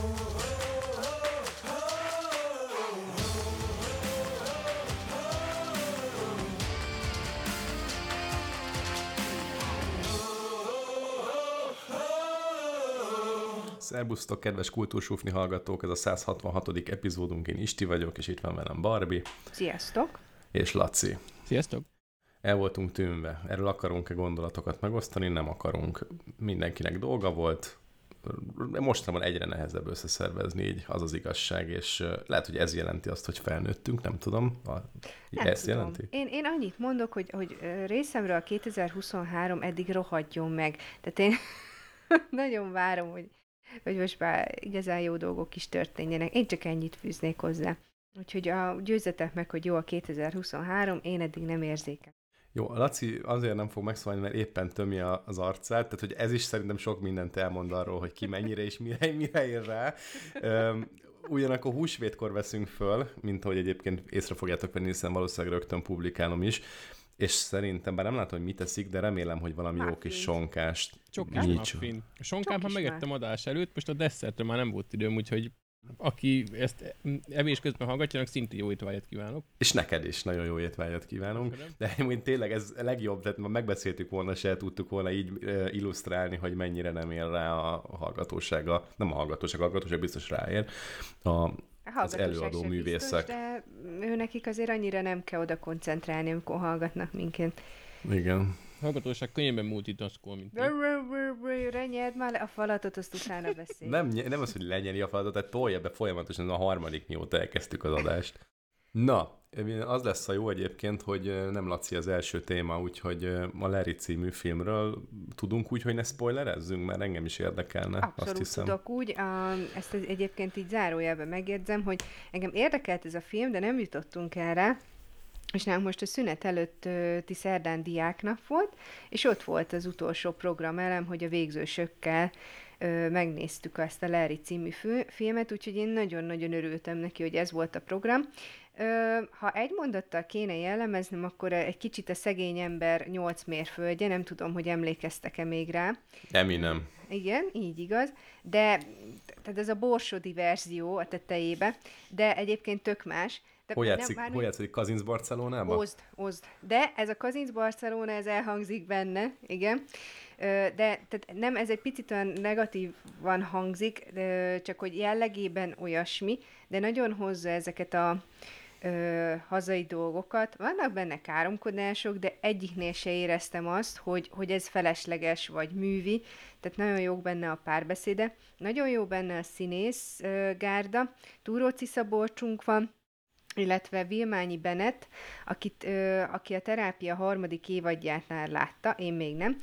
Szerbusztok, kedves Kultúrsúfni hallgatók, ez a 166. epizódunk, én Isti vagyok, és itt van velem Barbie. Sziasztok! És Laci. Sziasztok! El voltunk tűnve. Erről akarunk-e gondolatokat megosztani? Nem akarunk. Mindenkinek dolga volt. Mostanában egyre nehezebb összeszervezni, így az az igazság, és lehet, hogy ez jelenti azt, hogy felnőttünk, nem tudom. Ezt jelenti? Én annyit mondok, hogy részemről a 2023 eddig rohadjon meg. Tehát én nagyon várom, hogy most már igazán jó dolgok is történjenek. Én csak ennyit fűznék hozzá. Úgyhogy győzzetek meg, hogy jó a 2023, én eddig nem érzékem. Jó, a Laci azért nem fog megszólni, mert éppen tömi az arcát, tehát hogy ez is szerintem sok mindent elmond arról, hogy ki mennyire és mire ér rá. Ugyanakkor húsvétkor veszünk föl, mint ahogy egyébként észre fogjátok venni, hiszen valószínűleg rögtön publikálom is, és szerintem, bár nem látom, hogy mit teszik, de remélem, hogy valami jó kis sonkást Csokis muffin. A sonkát már megettem adás előtt, most a desszertre már nem volt időm, úgyhogy aki ezt evés közben hallgatja, szintén jó étvágyat kívánok. És neked is nagyon jó étvágyat kívánunk. De én tényleg ez a legjobb, tehát ma megbeszéltük volna, se tudtuk volna így illusztrálni, hogy mennyire nem ér rá a hallgatósága. Nem a hallgatóság biztos ráér. Az előadó művészek. Biztos, de nekik azért annyira nem kell oda koncentrálni, amikor hallgatnak minket. Igen. Hallgatóság könnyebben multitaskol, mint Renyeld már le a falatot, azt utána beszél. Nem az, hogy lenyeli a falatot, tehát tolja be folyamatosan a harmadik, mióta elkezdtük az adást. Na, az lesz a jó egyébként, hogy nem Laci az első téma, úgyhogy a Larry című filmről tudunk úgy, hogy ne spoilerezzünk, mert engem is érdekelne. Abszolút azt hiszem. Tudok úgy. Ezt egyébként így zárójelben megjegyzem, hogy engem érdekelt ez a film, de nem jutottunk erre. És nálunk most a szünet előtti szerdán diáknap volt, és ott volt az utolsó programelem, hogy a végzősökkel megnéztük ezt a Larry című filmet, úgyhogy én nagyon-nagyon örültem neki, hogy ez volt a program. Ha egy mondattal kéne jellemeznem, akkor egy kicsit a szegény ember 8 mérföldje, nem tudom, hogy emlékeztek-e még rá. Eminem. Igen, így igaz, de tehát ez a borsodi verzió a tetejébe, de egyébként tök más. Hogy játszik Kazinc Barcelonában? Oszd. De ez a Kazinc Barcelona, ez elhangzik benne, igen. De tehát nem, ez egy picit olyan negatívan hangzik, csak hogy jellegében olyasmi, de nagyon hozza ezeket a hazai dolgokat. Vannak benne káromkodások, de egyiknél se éreztem azt, hogy ez felesleges vagy művi, tehát nagyon jók benne a párbeszéde. Nagyon jó benne a színész gárda, Túróczi Szabolcsunk van, illetve Vilmányi Bennett, aki a Terápia 3. évadjátnál látta, én még nem,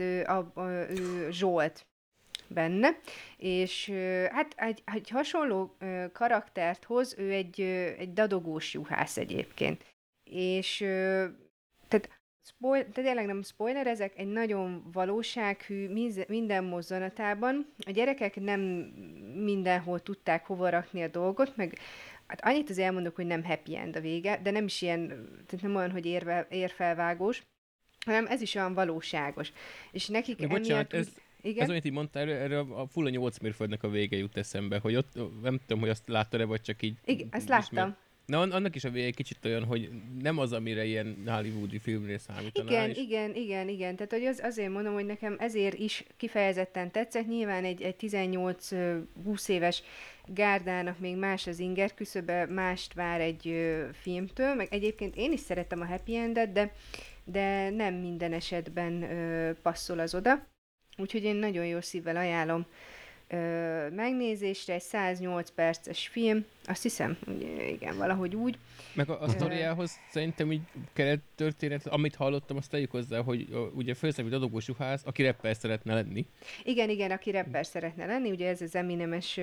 ő Zsolt benne, és hát egy hasonló karaktert hoz, ő egy dadogós juhász egyébként. És tehát tényleg nem spoilerezek, egy nagyon valósághű, minden mozzanatában. A gyerekek nem mindenhol tudták hova rakni a dolgot, meg hát annyit az elmondok, hogy nem happy end a vége, de nem is ilyen, tehát nem olyan, hogy érfelvágós, hanem ez is olyan valóságos. És nekik emiatt... Bocsánat, ez olyan, így mondtál, erre a full 8 mérföldnek a vége jut eszembe, hogy ott, nem tudom, hogy azt láttad-e, vagy csak így... Igen, ezt láttam. Na, annak is a vége kicsit olyan, hogy nem az, amire ilyen hollywoodi filmre számítaná. Igen. Tehát hogy azért mondom, hogy nekem ezért is kifejezetten tetszett. Nyilván egy 18-20 éves gárdának még más az inger küszöbe, mást vár egy filmtől, meg egyébként én is szeretem a happy endet, de nem minden esetben passzol az oda. Úgyhogy én nagyon jó szívvel ajánlom megnézésre, egy 108 perces film, azt hiszem, igen, valahogy úgy. Meg a sztoriához szerintem így kerettörténet, amit hallottam, azt tegyük hozzá, hogy ugye főszereplő dadogós juhász, aki rapper szeretne lenni. Igen, aki rapper szeretne lenni, ugye ez az Eminemes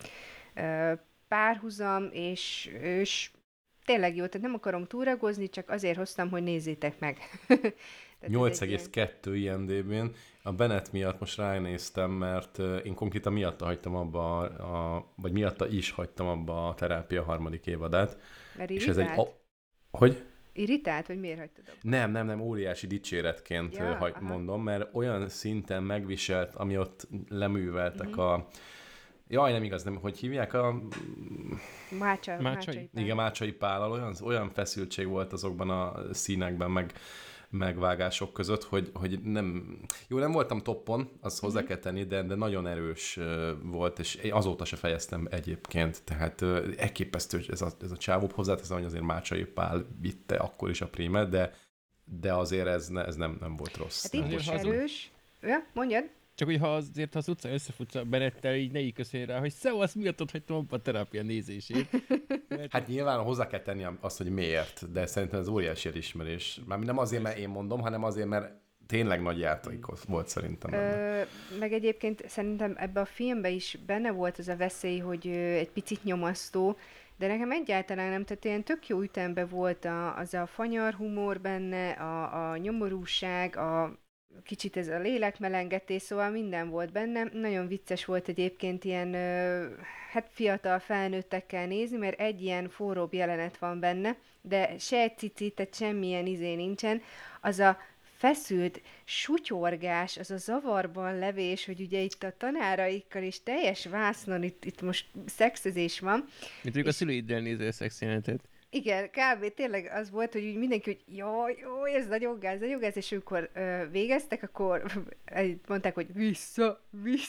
párhuzam, és tényleg jó, tehát nem akarom túragozni, csak azért hoztam, hogy nézzétek meg. 8,2 IMDb-n. A Bennett miatt most ránéztem, mert én konkrétan miatta hagytam abba vagy miatta is hagytam abba a Terápia 3. évadát. Mert és ez egy... Hogy? Irritált, vagy miért hagytad abba? Nem, óriási dicséretként mondom, mert olyan szinten megviselt, ami ott leműveltek Jaj, nem igaz, nem, hogy hívják a... Mácsai Pál. Igen, Mácsai Pállal, olyan feszültség volt azokban a színekben, meg megvágások között, hogy nem... Jó, nem voltam toppon, azt hozzá kell tenni, de nagyon erős volt, és azóta se fejeztem egyébként, tehát elképesztő, hogy ez a csávó hozzáteszem, hogy azért Mácsai Pál vitte akkor is a prímet, de azért ez nem volt rossz. Hát itt is erős. Ja, mondjad. Csak hogy ha az utcán összefutsz a Benettel, így ne így köszönj rá, hogy szevasz, miatt hagytam abba a terápia nézését. Hát nyilván hozzá kell tenni azt, hogy miért, de szerintem ez óriási elismerés. Már nem azért, mert én mondom, hanem azért, mert tényleg nagy játék volt szerintem. Meg egyébként szerintem ebbe a filmbe is benne volt az a veszély, hogy egy picit nyomasztó, de nekem egyáltalán nem, tehát ilyen tök jó ütemben volt az a fanyar humor benne, a nyomorúság, kicsit ez a lélekmelengetés, szóval minden volt benne. Nagyon vicces volt egyébként ilyen hát fiatal felnőttekkel nézni, mert egy ilyen forróbb jelenet van benne, de se egy cici, tehát semmilyen nincsen. Az a feszült sutyorgás, az a zavarban levés, hogy ugye itt a tanáraikkal és teljes vásznon itt most szexezés van. Mint mondjuk a szülőiddel néző szexjelenetet. Igen, kb. Tényleg az volt, hogy úgy mindenki, hogy jaj, ez nagyon gáz, és amikor végeztek, akkor mondták, hogy vissza.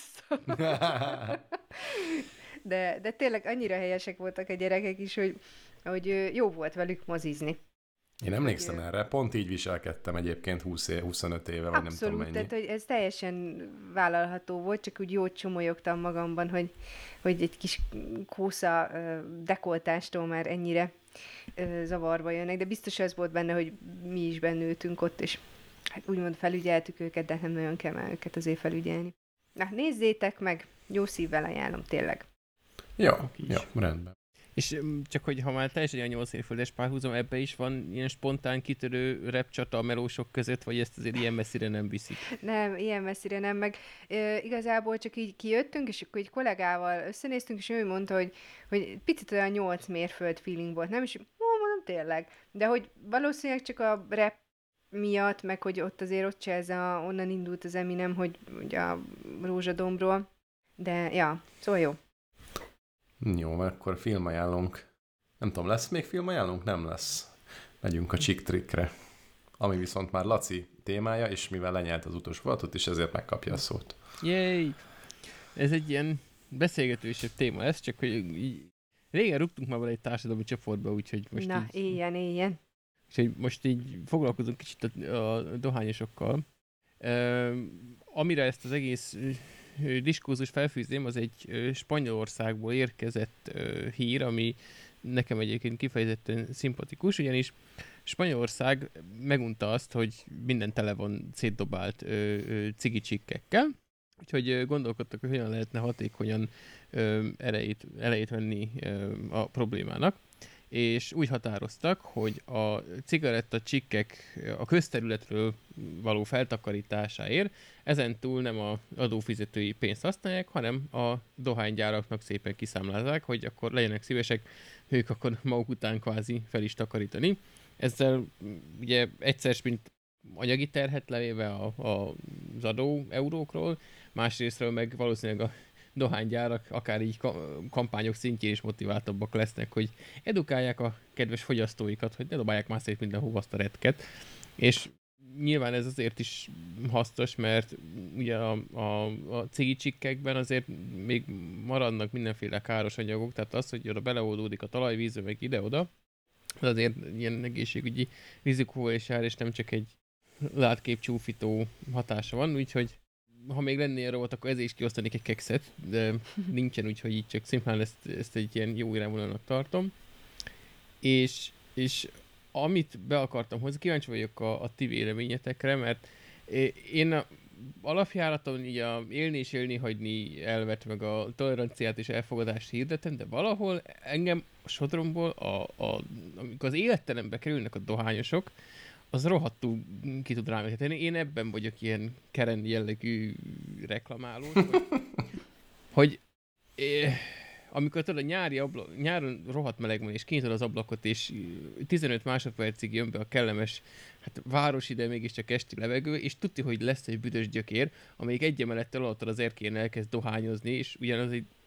de tényleg annyira helyesek voltak a gyerekek is, hogy jó volt velük mozizni. Én emlékszem erre, pont így viselkedtem egyébként 25 éve, vagy nem tudom mennyi. Tehát hogy ez teljesen vállalható volt, csak úgy jót csomolyogtam magamban, hogy egy kis kósza dekoltástól már ennyire zavarba jönnek, de biztos ez volt benne, hogy mi is bennültünk ott, és hát úgymond felügyeltük őket, de nem nagyon kell már őket azért felügyelni. Na, nézzétek meg, jó szívvel ajánlom, tényleg. Jó, rendben. És csak hogy ha már teljesen ilyen 8 évföldes párhuzam, ebbe is van ilyen spontán kitörő repcsata a melósok között, vagy ezt azért ilyen messzire nem viszik? Nem, ilyen messzire nem, meg igazából csak így kijöttünk, és akkor egy kollégával összenéztünk, és ő mondta, hogy picit olyan 8 mérföld feeling volt, nem? És mondom, tényleg. De hogy valószínűleg csak a rep miatt, meg hogy ott azért se onnan indult az Eminem, hogy a Rózsadombról. De ja, szóval jó. Jó, akkor filmajánlónk. Nem tudom, lesz még filmajánlónk? Nem lesz. Megyünk a chick trickre. Ami viszont már Laci témája, és mivel lenyelt az utolsó vonatot, és ezért megkapja a szót. Jéj! Ez egy ilyen beszélgetősebb téma lesz, csak hogy régen rúgtunk már vele egy társadalmi csoportba, úgyhogy most na, éljen. Úgyhogy most így foglalkozunk kicsit a dohányosokkal. Amire ezt az egész diskurzus felfűzném, az egy Spanyolországból érkezett hír, ami nekem egyébként kifejezetten szimpatikus, ugyanis Spanyolország megunta azt, hogy minden tele van szétdobált cigicsikkekkel, úgyhogy gondolkodtak, hogy hogyan lehetne hatékonyan elejét venni a problémának, és úgy határoztak, hogy a cigarettacsikkek a közterületről való feltakarításáért ezentúl nem az adófizetői pénzt használják, hanem a dohánygyáraknak szépen kiszámlázzák, hogy akkor legyenek szívesek ők akkor maguk után kvázi fel is takarítani. Ezzel ugye egyszer, mint anyagi terhet levéve az adó eurókról, másrésztről meg valószínűleg a dohánygyárak akár így kampányok szintjén is motiváltabbak lesznek, hogy edukálják a kedves fogyasztóikat, hogy ne dobálják már szét mindenhova azt a retket. És nyilván ez azért is hasznos, mert ugye a cigicsikkekben azért még maradnak mindenféle káros anyagok, tehát az, hogy oda beleoldódik a talajvízbe, meg ide-oda, az azért ilyen egészségügyi rizikóval is jár, és nem csak egy látképcsúfító hatása van, úgyhogy ha még lennél rovat, akkor ezért is kiosztanék egy kekszet, de nincsen, úgyhogy így csak szimplán ezt egy ilyen jó irányvonalnak tartom. És amit be akartam hozni, kíváncsi vagyok a ti véleményetekre, mert én alapjáraton így élni és élni hagyni elvet, meg a toleranciát és elfogadást hirdetem, de valahol engem a sodromból, amikor az élettelembe kerülnek a dohányosok, az rohadtul ki tud rám érteni. Én ebben vagyok ilyen Keren jellegű reklamáló, hogy amikor tudod, nyáron rohadt meleg van, és kinyitod az ablakot, és 15 másodpercig jön be a kellemes városi, de mégiscsak esti levegő, és tudti, hogy lesz egy büdös gyökér, amelyik egy emelettel alattad az erkélyen elkezd dohányozni, és ugyanaz egy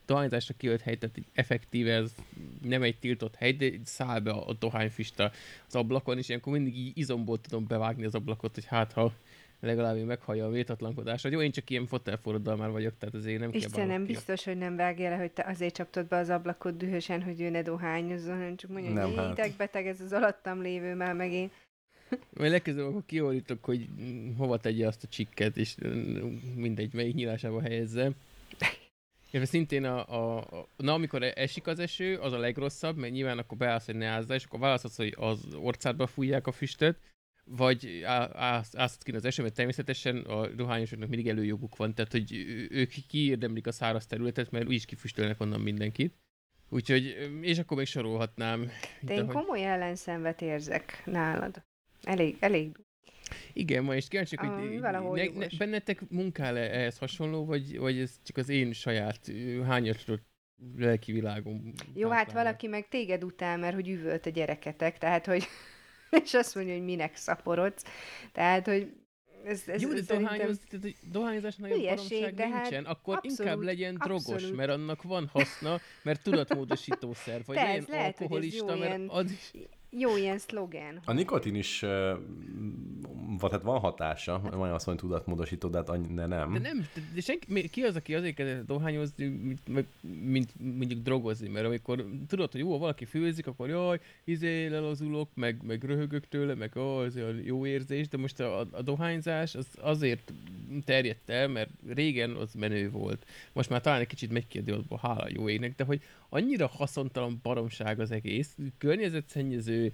dohányzásra kiölt hely, tehát effektíve ez nem egy tiltott hely, de száll be a dohányfista az ablakon, és ilyenkor mindig így izomból tudom bevágni az ablakot, hogy hát ha legalább én meghallja a vétatlankodásra. Jó, én csak ilyen fotelforradalmár vagyok, tehát azért nem Isten, nem biztos, hogy nem vágja le, hogy te azért csaptad be az ablakot dühösen, hogy ő ne dohányozzon, hanem csak mondja, hogy ideg-beteg ez az alattam lévő már megint. Majd legközelebb akkor kiordítok, hogy hova tegye azt a csikket, és mindegy, melyik nyilásába helyezze. És szintén amikor esik az eső, az a legrosszabb, mert nyilván akkor beállsz, hogy ne ázzál, és akkor választhatsz, hogy az orcádba fújják a füstöt, vagy állsz ki az eső, mert természetesen a dohányosoknak mindig előjoguk van, tehát hogy ők kiérdemlik a száraz területet, mert úgyis kifüstölnek onnan mindenkit. Úgyhogy, és akkor még sorolhatnám. De én komoly ellenszenvet érzek nálad. Elég. Igen, ma is kíváncsi, hogy bennetek munkál-e ehhez hasonló, vagy ez csak az én saját hányasról lelki világom? Jó, hát valaki meg téged utál, mert hogy üvölt a gyereketek, tehát hogy és azt mondja, hogy minek szaporodsz. Tehát, hogy ez jó, de dohányozás nagyon baromság nincsen, akkor abszolút, inkább legyen drogos, mert annak van haszna, mert tudatmódosítószer, vagy legyen lehet, alkoholista, mert az is... Jó ilyen szlogen. A nikotin is hát van hatása, van azt mondja, tudatmódosító, de nem. De nem, de senki, ki az, aki azért kezdett dohányozni, mint mondjuk drogozni, mert amikor tudod, hogy jó, valaki főzik, akkor jaj, lelazulok, meg röhögök tőle, meg ez a jó érzés, de most a dohányzás az azért terjedt el, mert régen az menő volt. Most már talán egy kicsit megy ki a divatból, hála jó égnek, de hogy annyira haszontalan baromság az egész, környezetszennyező,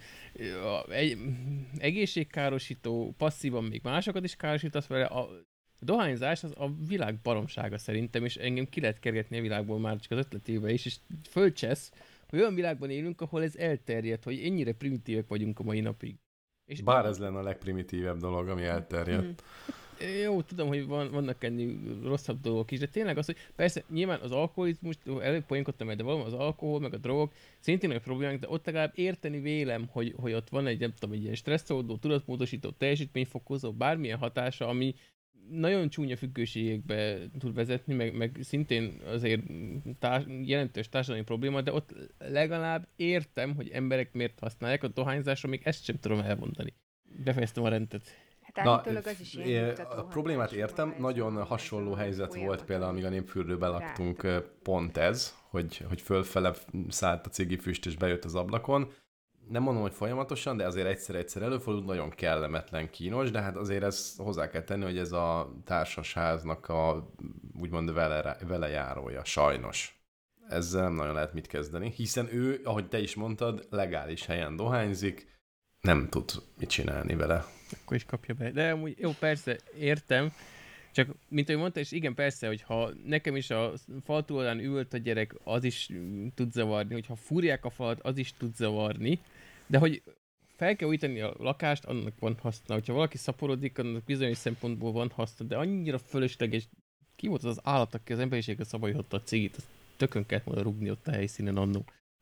egészségkárosító, passzívan még másokat is károsítasz vele. A dohányzás az a világ baromsága szerintem, és engem ki lehet kergetni a világból már csak az ötletébe is, és fölcsesz, hogy olyan világban élünk, ahol ez elterjedt, hogy ennyire primitívek vagyunk a mai napig. És bár ez lenne a legprimitívebb dolog, ami elterjedt. Jó, tudom, hogy vannak ennél rosszabb dolgok is, de tényleg az, hogy persze nyilván az alkoholizmus, előbb poénkodtam el, de valami az alkohol, meg a drogok szintén nagy problémák, de ott legalább érteni vélem, hogy ott van egy, nem tudom, egy ilyen stresszolódó, tudatmódosító, teljesítményfokozó, bármilyen hatása, ami nagyon csúnya függőségekbe tud vezetni, meg szintén azért jelentős társadalmi probléma, de ott legalább értem, hogy emberek miért használják a dohányzásra, még ezt sem tudom elmondani. Befejeztem a rendet. Az is a problémát értem, nagyon hasonló helyzet volt például, amíg a Népfürdőben laktunk, pont ez, hogy fölfele szállt a cigifüst és bejött az ablakon. Nem mondom, hogy folyamatosan, de azért egyszer-egyszer előfordul, nagyon kellemetlen, kínos, de hát azért ezt hozzá kell tenni, hogy ez a társasháznak a úgymond velejárója, sajnos. Ezzel nem nagyon lehet mit kezdeni, hiszen ő, ahogy te is mondtad, legális helyen dohányzik, nem tud mit csinálni vele. Akkor is kapja be. De amúgy, jó, persze, értem. Csak, mint ahogy mondta, és igen, persze, hogyha nekem is a fal túloldalán ült a gyerek, az is tud zavarni, hogyha fúrják a falat, az is tud zavarni, de hogy fel kell újítani a lakást, annak van haszna. Hogyha valaki szaporodik, annak bizonyos szempontból van haszna, de annyira fölösleges. Ki volt az állat, aki az emberiségre szabadította a cigit? Azt tökön kellett volna rúgni ott a helyszínen annó.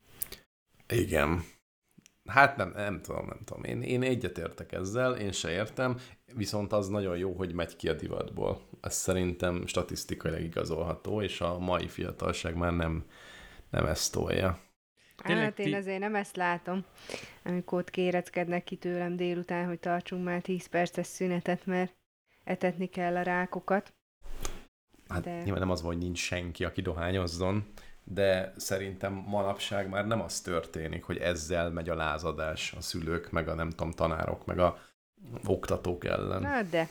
Igen. Hát nem tudom. Én egyetértek ezzel, én se értem, viszont az nagyon jó, hogy megy ki a divatból. Ez szerintem statisztikailag igazolható, és a mai fiatalság már nem ezt tolja. Hát én azért nem ezt látom, amikor ott kéreckednek ki tőlem délután, hogy tartsunk már 10 perces szünetet, mert etetni kell a rákokat. Hát nyilván nem az van, hogy nincs senki, aki dohányozzon, de szerintem manapság már nem az történik, hogy ezzel megy a lázadás a szülők, meg a nem tudom, tanárok, meg a oktatók ellen. Na de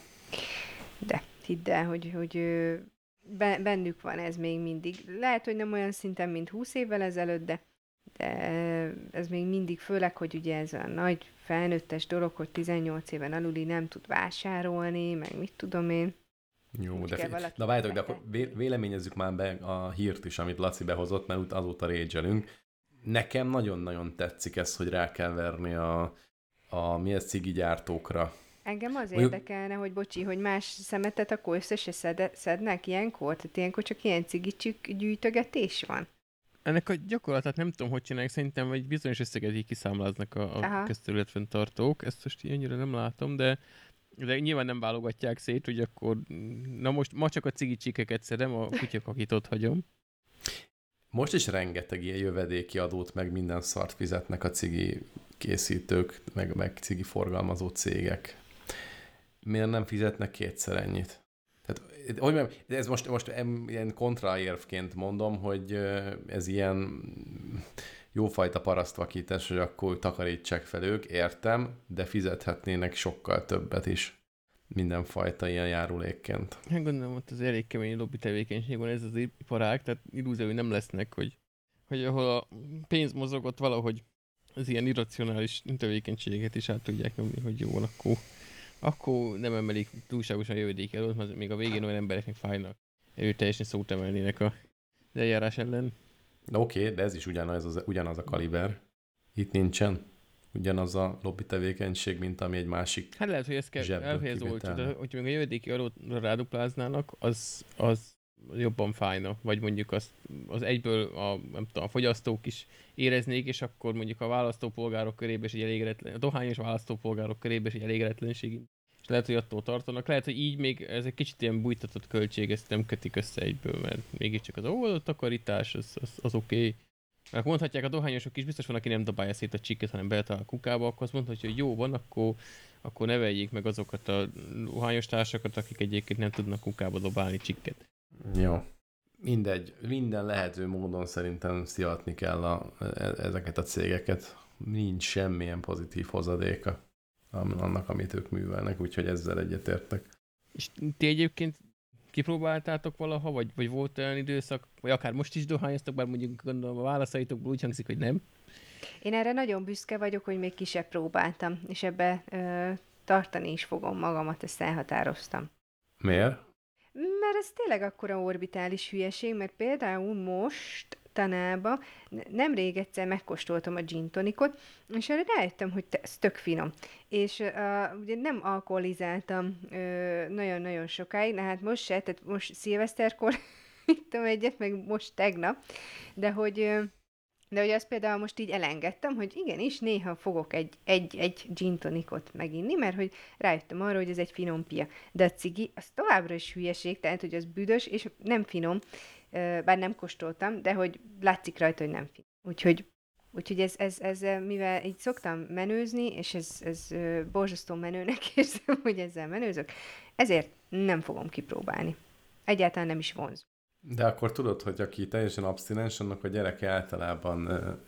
hidd el, hogy bennük van ez még mindig. Lehet, hogy nem olyan szinten, mint 20 évvel ezelőtt, de ez még mindig, főleg, hogy ugye ez a nagy felnőttes dolog, hogy 18 éven aluli nem tud vásárolni, meg mit tudom én. Jó, de várjátok, de akkor véleményezzük már be a hírt is, amit Laci behozott, mert azóta rage-elünk. Nekem nagyon-nagyon tetszik ez, hogy rá kell verni a mi ez cigi gyártókra. Engem az érdekelne, hogy bocsi, hogy más szemetet akkor össze se szednek ilyenkor? Tehát ilyenkor csak ilyen cigicsik gyűjtögetés van? Ennek a gyakorlatát nem tudom, hogy csinálják, szerintem egy bizonyos összeget így kiszámláznak a közterületfenntartók. Ezt most annyira nem látom, de nyilván nem válogatják szét, hogy akkor ma csak a cigicsikeket szedem, a kutyakakitot hagyom. most is rengeteg ilyen jövedéki adót, meg minden szart fizetnek a cigi készítők, meg cigi forgalmazó cégek. Miért nem fizetnek kétszer ennyit? Tehát, hogy mondjam, ez most ilyen kontraérvként mondom, hogy ez ilyen jófajta parasztvakítás, hogy akkor takarítsák fel ők, értem, de fizethetnének sokkal többet is mindenfajta ilyen járulékként. Hát gondolom, hogy az elég kemény lobby tevékenység van ez az iparág, tehát illúziói nem lesznek, hogy ahol a pénz mozog, ott valahogy az ilyen irracionális tevékenységet is át tudják nyomni, hogy jó van, akkor nem emelik túlságosan jövedéki adót, mert még a végén olyan embereknek fájnak. Ő teljesen szót emelnének az eljárás ellen. Na oké, de ez is ugyanaz a kaliber. Itt nincsen ugyanaz a lobby tevékenység, mint ami egy másik hát lehet, hogy ez kell elhelyez olcsó, de hogyha még a jövedéki adótra rádupláznának, az jobban fájna. Vagy mondjuk az egyből a fogyasztók is éreznék, és akkor mondjuk a választópolgárok körében is egy elégedetlen, a dohányos választópolgárok körében is egy elégedetlenség. És lehet, hogy attól tartanak. Lehet, hogy így még ez egy kicsit ilyen bújtatott költség, ezt nem kötik össze egyből, mert mégiscsak az oldott takarítás, az oké. Mert mondhatják a dohányosok is, biztos van, aki nem dobálja szét a csikket, hanem beletalál a kukába, akkor azt mondhatja, hogy jó van, akkor neveljék meg azokat a dohányos társakat, akik egyébként nem tudnak kukába dobálni csikket. Jó. Mindegy. Minden lehető módon szerintem szivatni kell ezeket a cégeket. Nincs semmilyen pozitív hozadéka annak, amit ők művelnek, úgyhogy ezzel egyetértek. És ti egyébként kipróbáltátok valaha, vagy volt olyan időszak, vagy akár most is dohányoztok, bár mondjuk gondolom a válaszaitokból úgy hangzik, hogy nem? Én erre nagyon büszke vagyok, hogy még ki se próbáltam, és ebbe tartani is fogom magamat, ezt elhatároztam. Miért? Mert ez tényleg akkora orbitális hülyeség, mert például most tanába nemrég egyszer megkóstoltam a gin tonicot, és erre rájöttem, hogy ez tök finom. És ugye nem alkoholizáltam nagyon-nagyon sokáig, hát most se, tehát most szilveszterkor ittam egyet, meg most tegnap, de hogy azt például most így elengedtem, hogy igenis, néha fogok egy gin tonicot meginni, mert hogy rájöttem arra, hogy ez egy finom pia. De a cigi, az továbbra is hülyeség, tehát hogy az büdös, és nem finom, bár nem kóstoltam, de hogy látszik rajta, hogy nem finom. Úgyhogy ez mivel így szoktam menőzni, és ez borzasztó menőnek érzem, hogy ezzel menőzök, ezért nem fogom kipróbálni. Egyáltalán nem is vonz. De akkor tudod, hogy aki teljesen abstinens, annak a gyereke általában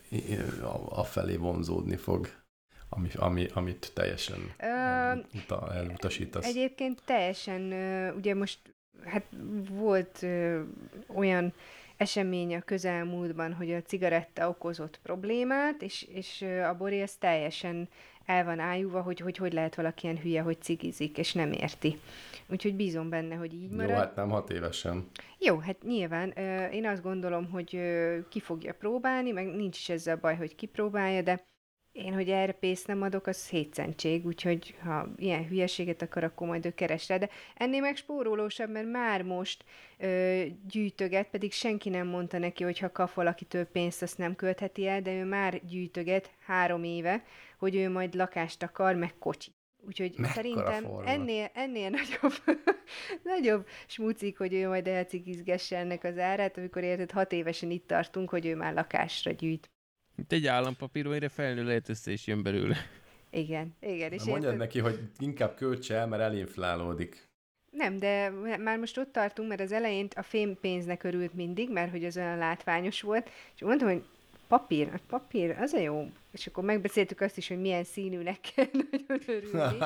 afelé vonzódni fog, amit teljesen elutasítasz. Egyébként teljesen, ugye most hát volt olyan esemény a közelmúltban, hogy a cigaretta okozott problémát, és a Bori az teljesen el van ájúva, hogy lehet valaki ilyen hülye, hogy cigizik, és nem érti. Úgyhogy bízom benne, hogy így marad. Jó, hát nem 6 évesen. Jó, hát nyilván. Én azt gondolom, hogy ki fogja próbálni, meg nincs is ezzel baj, hogy kipróbálja, de én, hogy erre pénzt nem adok, az hétszentség, úgyhogy ha ilyen hülyeséget akar, akkor majd ő keres rá. De ennél meg spórolósabb, mert már most gyűjtöget, pedig senki nem mondta neki, hogy ha kap valakitől pénzt, azt nem költheti el, de ő már gyűjtöget 3 éve, hogy ő majd lakást akar, meg kocsit. Úgyhogy mekkora szerintem forma. ennél nagyobb smucik, hogy ő majd elcigizgesse ennek az árát, amikor érted 6 évesen itt tartunk, hogy ő már lakásra gyűjt. Itt egy állampapír, amire felnő lehet össze, és jön belőle. Igen. És mondjad neki, hogy inkább költse el, mert elinflálódik. Nem, de már most ott tartunk, mert az elején a fémpénznek örült mindig, mert hogy az olyan látványos volt, és mondtam, hogy papír, az a jó. És akkor megbeszéltük azt is, hogy milyen színűnek kell nagyon örülni.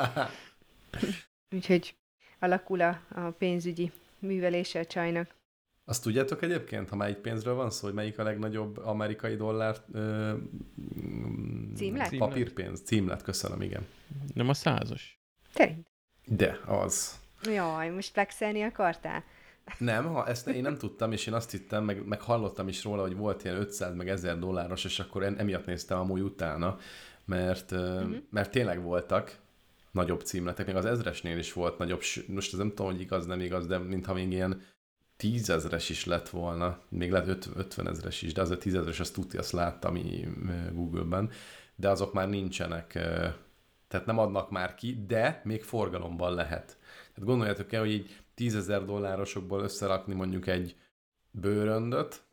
Úgyhogy alakul a pénzügyi művelése a csajnak. Azt tudjátok egyébként, ha már itt pénzről van szó, hogy melyik a legnagyobb amerikai dollár Címlet? Papírpénz. Címlet, köszönöm, igen. Nem a 100-as. Szerint. De, az. Jaj, most flexelni akartál? Nem, ezt én nem tudtam, és én azt hittem, meg hallottam is róla, hogy volt ilyen 500 meg 1000 dolláros, és akkor emiatt néztem amúgy utána, mert tényleg voltak nagyobb címletek, még az 1000-esnél is volt nagyobb, most ez nem tudom, hogy igaz, nem igaz, de mintha még ilyen 10 000-es is lett volna, még lehet 50 000-es is, de az a 10 000-es, azt tudja, azt láttam Google-ben, de azok már nincsenek, tehát nem adnak már ki, de még forgalomban lehet. Tehát gondoljátok el, hogy így 10 000 dollárosokból összerakni mondjuk egy bőröndöt,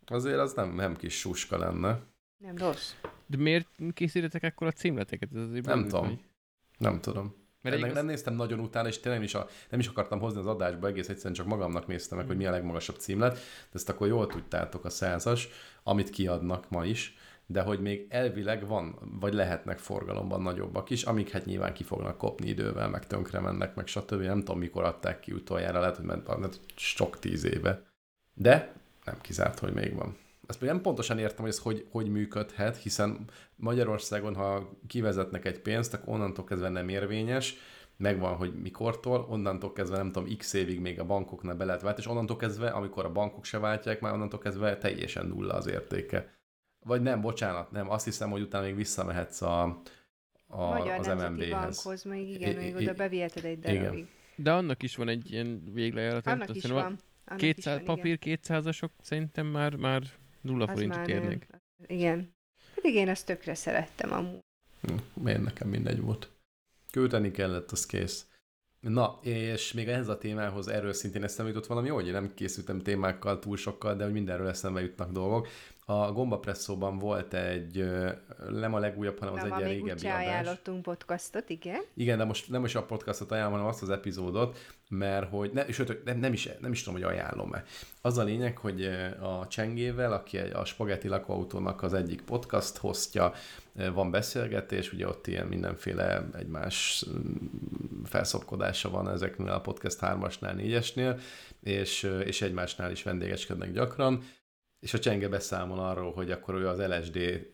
Azért az nem kis suska lenne. Nem rossz. De miért készítetek ekkora címleteket? Ez azért Nem tudom. Nem tudom. Ennek nem néztem nagyon utána, és tényleg nem is akartam hozni az adásba, egész egyszerűen csak magamnak néztem meg, hogy mi a legmagasabb címlet, de ezt akkor jól tudtátok, a 100-as, amit kiadnak ma is, de hogy még elvileg van, vagy lehetnek forgalomban nagyobbak is, amik hát nyilván ki fognak kopni idővel, meg tönkre mennek, meg stb. Nem tudom, mikor adták ki utoljára, lehet, hogy sok 10 éve. De nem kizárt, hogy még van. Ezt még nem pontosan értem, hogy ez hogy működhet, hiszen Magyarországon, ha kivezetnek egy pénzt, akkor onnantól kezdve nem érvényes, megvan, hogy mikortól, onnantól kezdve nem tudom, x évig még a bankoknál be lehet váltani, és onnantól kezdve, amikor a bankok se váltják, már onnantól kezdve teljesen nulla az értéke. Vagy nem, bocsánat, nem, azt hiszem, hogy utána még visszamehetsz az MNB-hez. Bankhoz, még oda beviheted egy darabig. De annak is van egy ilyen véglejárat. Annak is van. 200 papír 200-asok szerintem már 0 forintot érnek. Igen. Pedig én ezt tökre szerettem amúgy. Miért nekem mindegy volt. Költeni kellett, az kész. Na, és még ehhez a témához erről szintén eszembe jutott valami, hogy én nem készültem témákkal túl sokkal, de hogy mindenről eszembe jutnak dolgok. A Gombapresszóban volt egy, nem a legújabb, hanem az egy régebbi adás. Ajánlottunk podcastot, igen. Igen, de most nem is a podcastot ajánlom, hanem azt az epizódot, mert hogy, nem is tudom, hogy ajánlom-e. Az a lényeg, hogy a Csengével, aki a Spagetti lakóautónak az egyik podcast hostja, van beszélgetés, ugye ott ilyen mindenféle egymás felszopkodása van ezeknél a podcast 3-asnál, 4-esnél, és egymásnál is vendégeskednek gyakran, és a Csenge beszámol arról, hogy akkor ő az LSD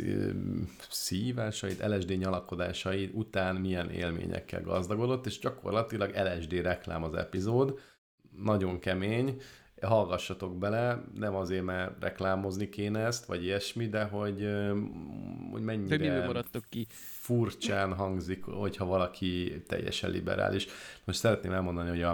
szívásait, LSD nyalakodásai után milyen élményekkel gazdagodott, és gyakorlatilag LSD reklám az epizód, nagyon kemény, hallgassatok bele, nem azért, mert reklámozni kéne ezt, vagy ilyesmi, de hogy mennyire furcsán hangzik, hogyha valaki teljesen liberális. Most szeretném elmondani, hogy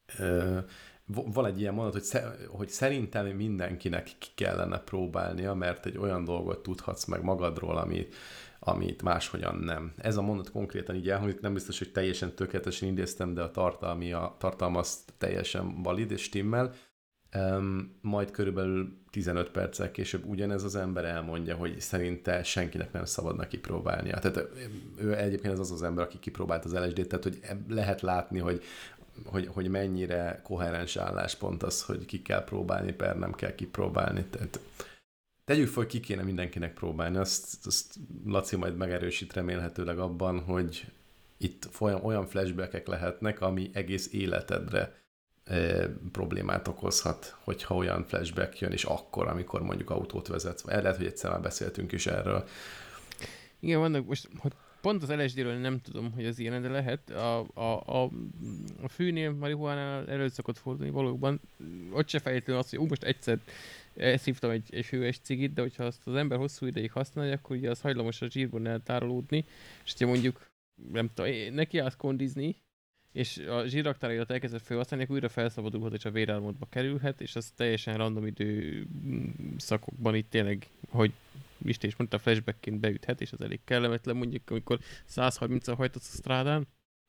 van egy ilyen mondat, hogy szerintem mindenkinek ki kellene próbálnia, mert egy olyan dolgot tudhatsz meg magadról, amit máshogyan nem. Ez a mondat konkrétan így elhangzik, nem biztos, hogy teljesen tökéletesen idéztem, de a tartalma az teljesen valid és stimmel. Majd körülbelül 15 perccel később ugyanez az ember elmondja, hogy szerinte senkinek nem szabadna kipróbálnia. Tehát ő egyébként ez az ember, aki kipróbált az LSD-t, tehát hogy lehet látni, hogy mennyire koherens álláspont az, hogy ki kell próbálni, nem kell kipróbálni. Tehát tegyük fel, hogy ki kéne mindenkinek próbálni. Azt Laci majd megerősít remélhetőleg abban, hogy itt olyan flashbackek lehetnek, ami egész életedre problémát okozhat, hogyha olyan flashback jön, és akkor, amikor mondjuk autót vezetsz. Lehet, hogy egyszer már beszéltünk is erről. Igen, vannak most, pont az LSD-ről nem tudom, hogy az ilyen, de lehet. A fűnél, marihuánál elő szokott fordulni valóban. Ott se fejtelen az, hogy most egyszer szívtam egy hőes cigit, de hogyha azt az ember hosszú ideig használja, akkor ugye az hajlamos a zsírban eltárolódni, és hogyha mondjuk, nem tudom, neki állsz kondizni, és a zsírraktáraidat elkezdett felhasználni, akkor újra felszabadulhat, és a vérálmodba kerülhet, és az teljesen random időszakokban itt tényleg, hogy Isten is mondta, flashbackként beüthet, és az elég kellemetlen, mondjuk, amikor 130-al hajtasz a strádán.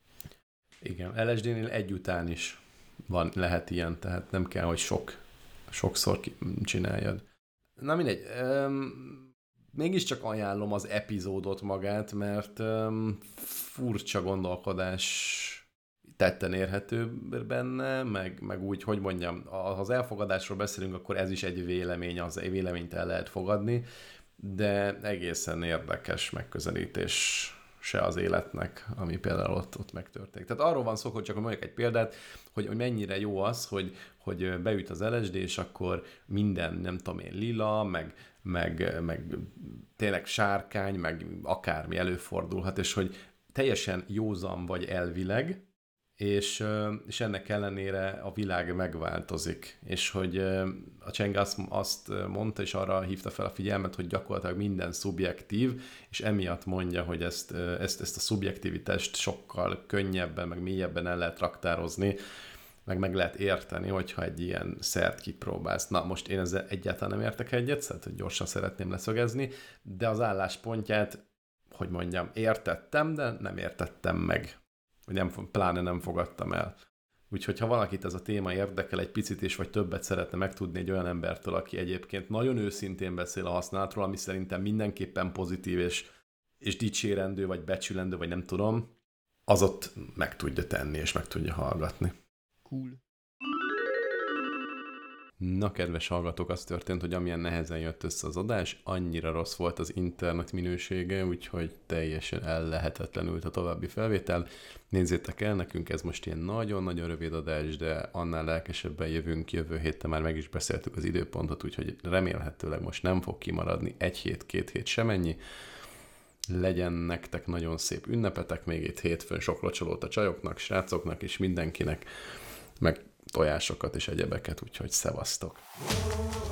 Igen, LSD-nél egy után is lehet ilyen, tehát nem kell, hogy sokszor csináljad. Na mindegy, mégiscsak ajánlom az epizódot magát, mert furcsa gondolkodás tetten érhető benne, meg úgy, hogy mondjam, ha az elfogadásról beszélünk, akkor ez is egy vélemény, az egy véleményt el lehet fogadni, de egészen érdekes megközelítés se az életnek, ami például ott megtörténik. Tehát arról van szó, hogy csak mondjuk egy példát, hogy mennyire jó az, hogy beüt az LSD, és akkor minden, nem tudom én, lila, meg tényleg sárkány, meg akármi előfordulhat, és hogy teljesen józan vagy elvileg, és ennek ellenére a világ megváltozik. És hogy a Csenge azt mondta, és arra hívta fel a figyelmet, hogy gyakorlatilag minden szubjektív, és emiatt mondja, hogy ezt a szubjektivitást sokkal könnyebben, meg mélyebben el lehet raktározni, meg lehet érteni, hogyha egy ilyen szert kipróbálsz. Na, most én ezzel egyáltalán nem értek egyet, szóval hogy gyorsan szeretném leszögezni, de az álláspontját, hogy mondjam, értettem, de nem értettem meg. Pláne nem fogadtam el. Úgyhogy ha valakit ez a téma érdekel egy picit és vagy többet szeretne megtudni egy olyan embertől, aki egyébként nagyon őszintén beszél a használatról, ami szerintem mindenképpen pozitív és dicsérendő, vagy becsülendő, vagy nem tudom, az ott meg tudja tenni, és meg tudja hallgatni. Cool. Na, kedves hallgatók, az történt, hogy amilyen nehezen jött össze az adás, annyira rossz volt az internet minősége, úgyhogy teljesen ellehetetlenült a további felvétel. Nézzétek el, nekünk ez most ilyen nagyon-nagyon rövid adás, de annál lelkesebben jövünk, jövő héten már meg is beszéltük az időpontot, úgyhogy remélhetőleg most nem fog kimaradni 1 hét, 2 hét semennyi. Legyen nektek nagyon szép ünnepetek, még itt hétfőn sok locsolót a csajoknak, srácoknak és mindenkinek, meg tojásokat és egyebeket, úgyhogy szevasztok!